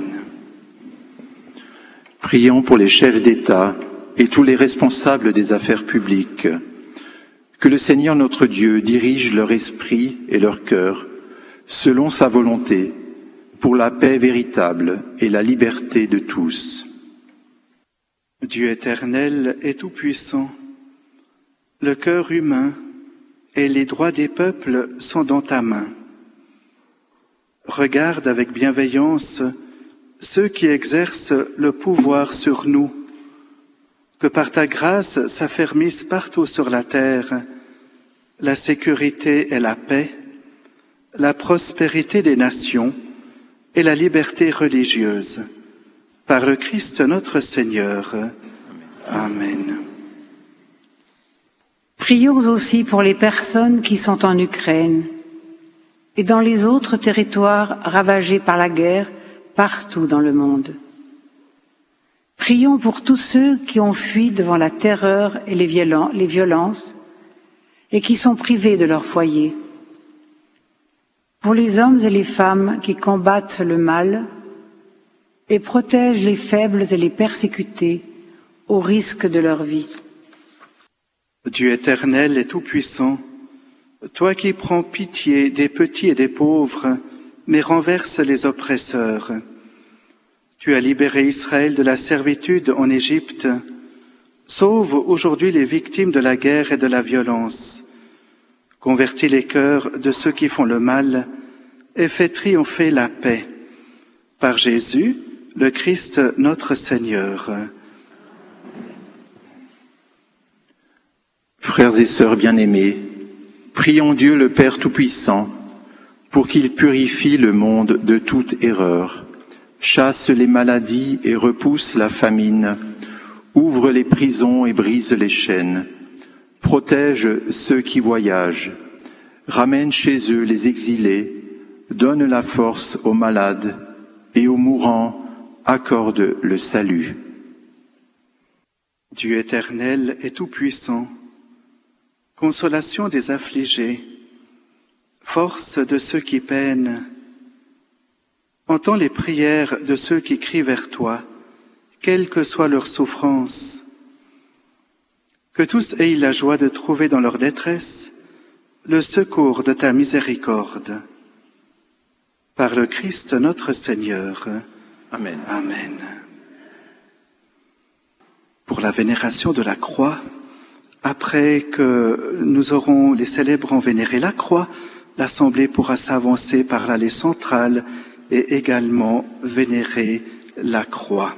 Prions pour les chefs d'État et tous les responsables des affaires publiques. Que le Seigneur notre Dieu dirige leur esprit et leur cœur selon sa volonté pour la paix véritable et la liberté de tous. Dieu éternel et tout-puissant, le cœur humain et les droits des peuples sont dans ta main. Regarde avec bienveillance ceux qui exercent le pouvoir sur nous, que par ta grâce s'affermissent partout sur la terre la sécurité et la paix, la prospérité des nations et la liberté religieuse. Par le Christ notre Seigneur. Amen. Prions aussi pour les personnes qui sont en Ukraine. et dans les autres territoires ravagés par la guerre partout dans le monde. Prions pour tous ceux qui ont fui devant la terreur et les violences et qui sont privés de leur foyer. Pour les hommes et les femmes qui combattent le mal et protègent les faibles et les persécutés au risque de leur vie. Dieu éternel et tout-puissant, toi qui prends pitié des petits et des pauvres, mais renverses les oppresseurs, tu as libéré Israël de la servitude en Égypte. Sauve aujourd'hui les victimes de la guerre et de la violence. Convertis les cœurs de ceux qui font le mal et fais triompher la paix. Par Jésus, le Christ notre Seigneur. Frères et sœurs bien-aimés, prions Dieu le Père Tout-Puissant pour qu'il purifie le monde de toute erreur, chasse les maladies et repousse la famine, ouvre les prisons et brise les chaînes, protège ceux qui voyagent, ramène chez eux les exilés, donne la force aux malades et aux mourants, accorde le salut. Dieu éternel et tout-puissant, consolation des affligés, force de ceux qui peinent, entends les prières de ceux qui crient vers toi, quelle que soit leur souffrance. Que tous aient la joie de trouver dans leur détresse le secours de ta miséricorde. Par le Christ notre Seigneur. Amen. Amen. Pour la vénération de la croix, après que nous aurons les célébrants vénéré la croix, l'Assemblée pourra s'avancer par l'allée centrale et également vénérer la croix.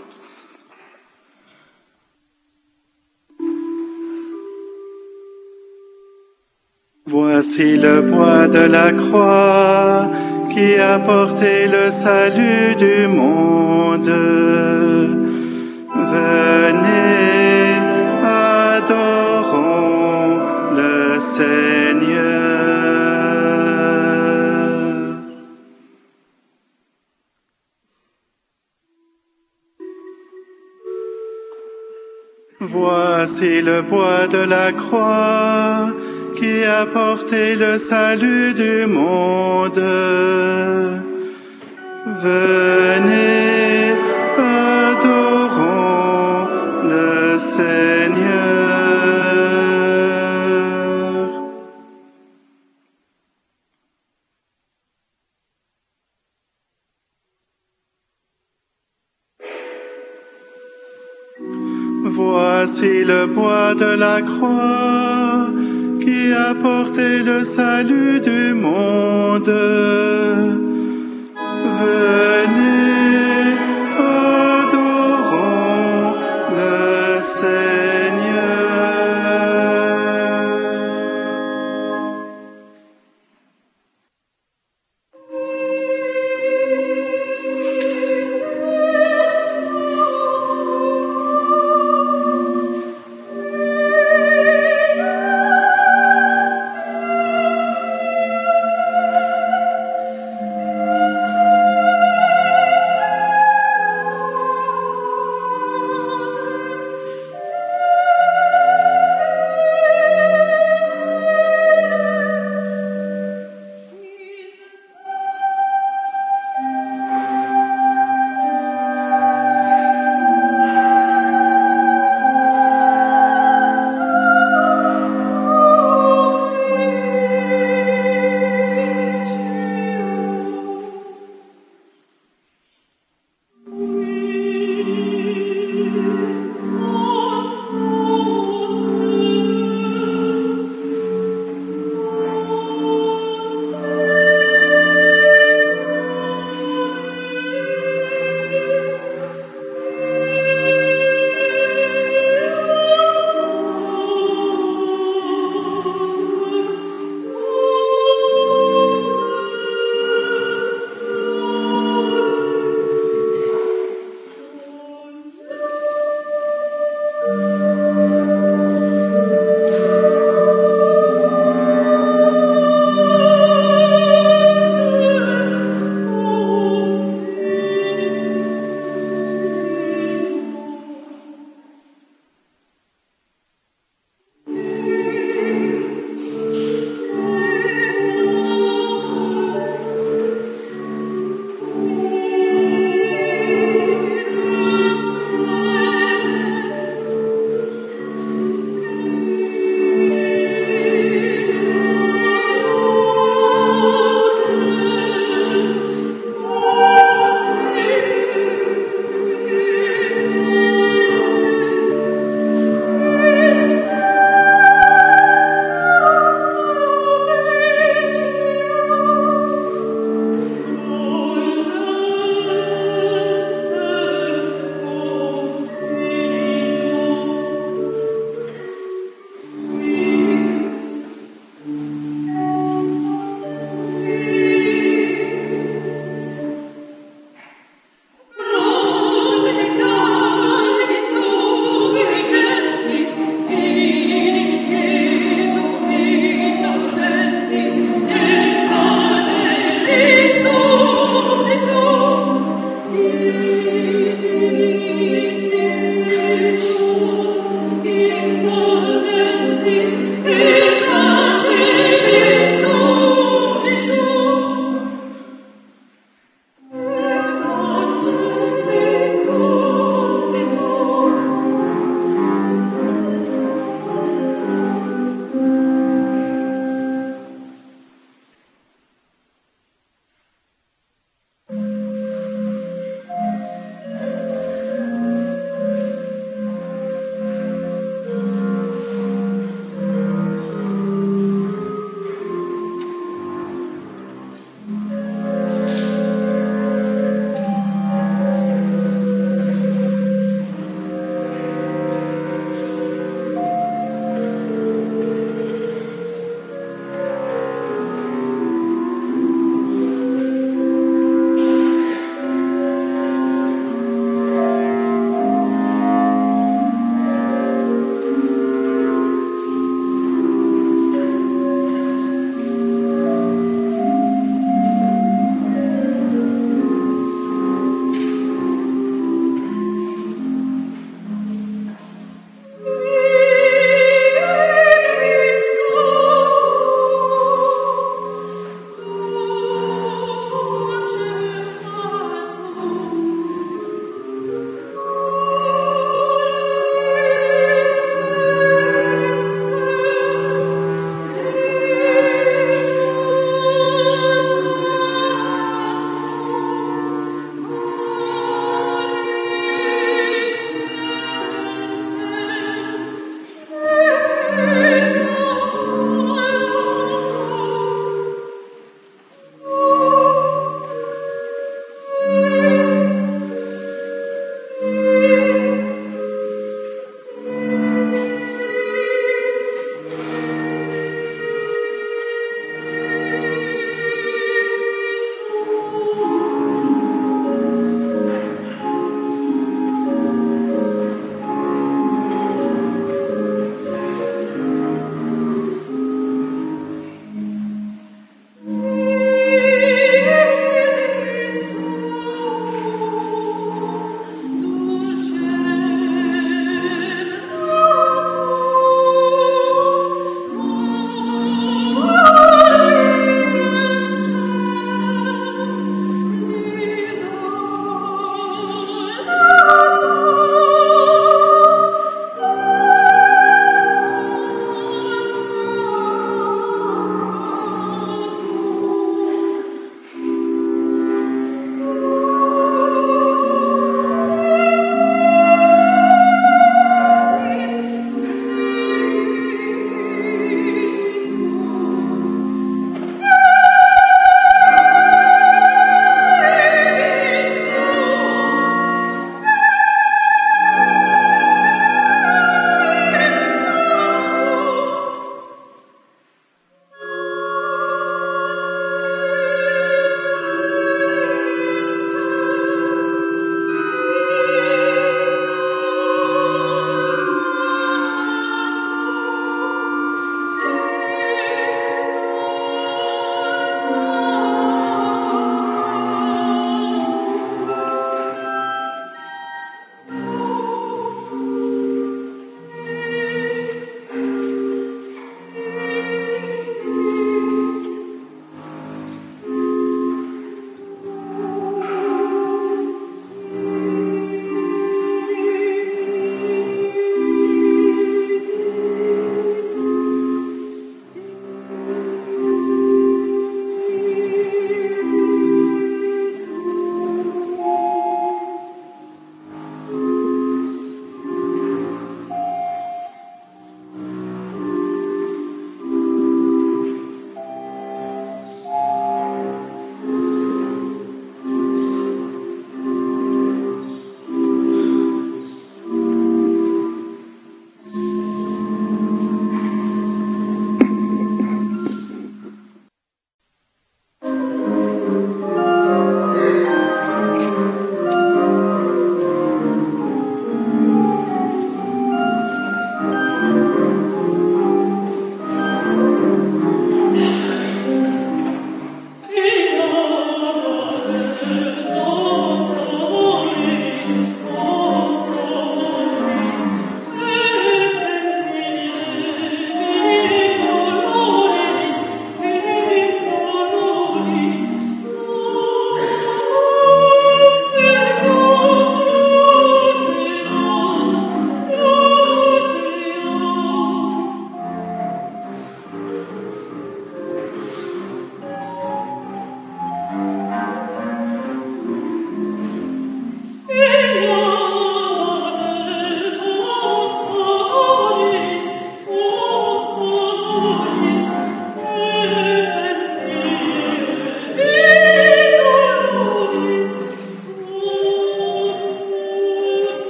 Voici le bois de la croix qui a porté le salut du monde. Venez, adorons le Seigneur. Voici le bois de la croix qui a porté le salut du monde. Venez, adorons le Seigneur. Voici le bois de la croix qui a porté le salut du monde. Venez, adorons le Seigneur.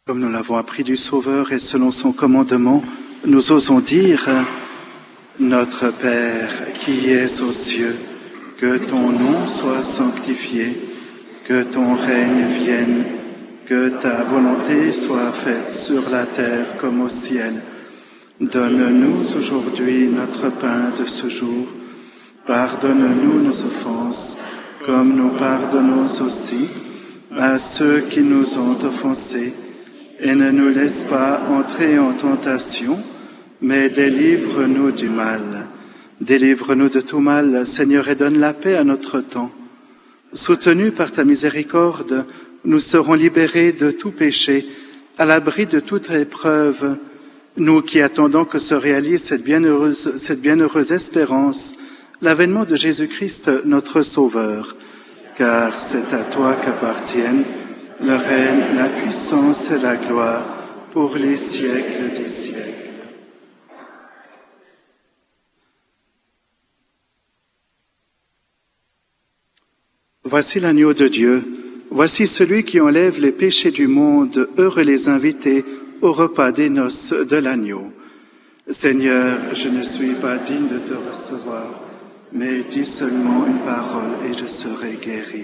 Comme nous l'avons appris du Sauveur et selon son commandement, nous osons dire « Notre Père qui es aux cieux, que ton nom soit sanctifié, que ton règne vienne, que ta volonté soit faite sur la terre comme au ciel. Donne-nous aujourd'hui notre pain de ce jour. Pardonne-nous nos offenses, comme nous pardonnons aussi à ceux qui nous ont offensés. Et ne nous laisse pas entrer en tentation, mais délivre-nous du mal. Délivre-nous de tout mal, Seigneur, et donne la paix à notre temps. Soutenus par ta miséricorde, nous serons libérés de tout péché, à l'abri de toute épreuve, nous qui attendons que se réalise cette bienheureuse espérance, l'avènement de Jésus-Christ, notre Sauveur. Car c'est à toi qu'appartiennent le règne, la puissance et la gloire pour les siècles des siècles. Voici l'agneau de Dieu, voici celui qui enlève les péchés du monde, heureux les invités au repas des noces de l'agneau. Seigneur, je ne suis pas digne de te recevoir, mais dis seulement une parole et je serai guéri.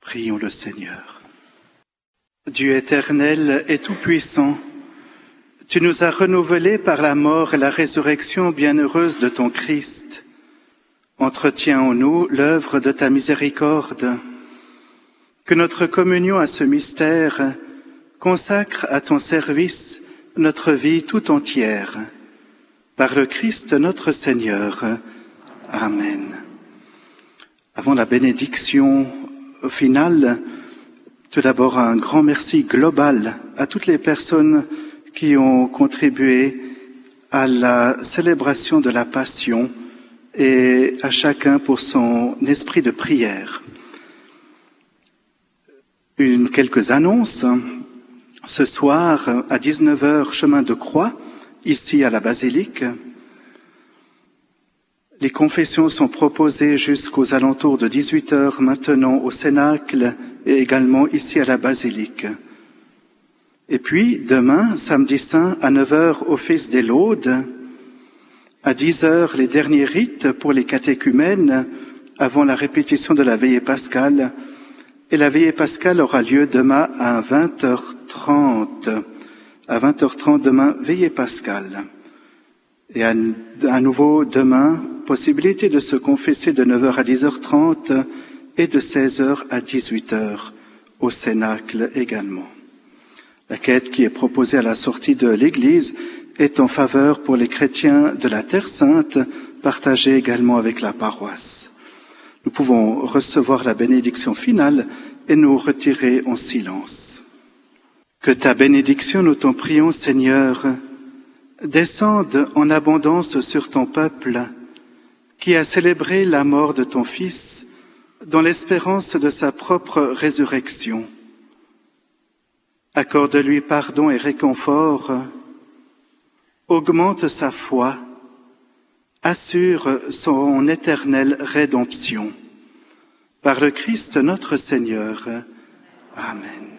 Prions le Seigneur. Dieu éternel et tout-puissant, tu nous as renouvelés par la mort et la résurrection bienheureuse de ton Christ. Entretiens en nous l'œuvre de ta miséricorde. Que notre communion à ce mystère consacre à ton service notre vie tout entière. Par le Christ notre Seigneur. Amen. Avant la bénédiction finale, tout d'abord un grand merci global à toutes les personnes qui ont contribué à la célébration de la Passion et à chacun pour son esprit de prière. Quelques annonces. Ce soir, à 19h, chemin de Croix, ici à la basilique. Les confessions sont proposées jusqu'aux alentours de 18h maintenant au Cénacle et également ici à la basilique. Et puis, demain, samedi saint, à 9h, office des laudes. À 10h, les derniers rites pour les catéchumènes avant la répétition de la veillée pascale. Et la veillée pascale aura lieu demain à 20h30. À 20h30 demain, veillée pascale. Et à nouveau demain, possibilité de se confesser de 9h à 10h30 et de 16h à 18h au Cénacle également. La quête qui est proposée à la sortie de l'Église est en faveur pour les chrétiens de la Terre Sainte, partagée également avec la paroisse. Nous pouvons recevoir la bénédiction finale et nous retirer en silence. Que ta bénédiction, nous t'en prions, Seigneur, descende en abondance sur ton peuple, qui a célébré la mort de ton Fils dans l'espérance de sa propre résurrection. Accorde-lui pardon et réconfort, augmente sa foi, assure son éternelle rédemption. Par le Christ notre Seigneur. Amen.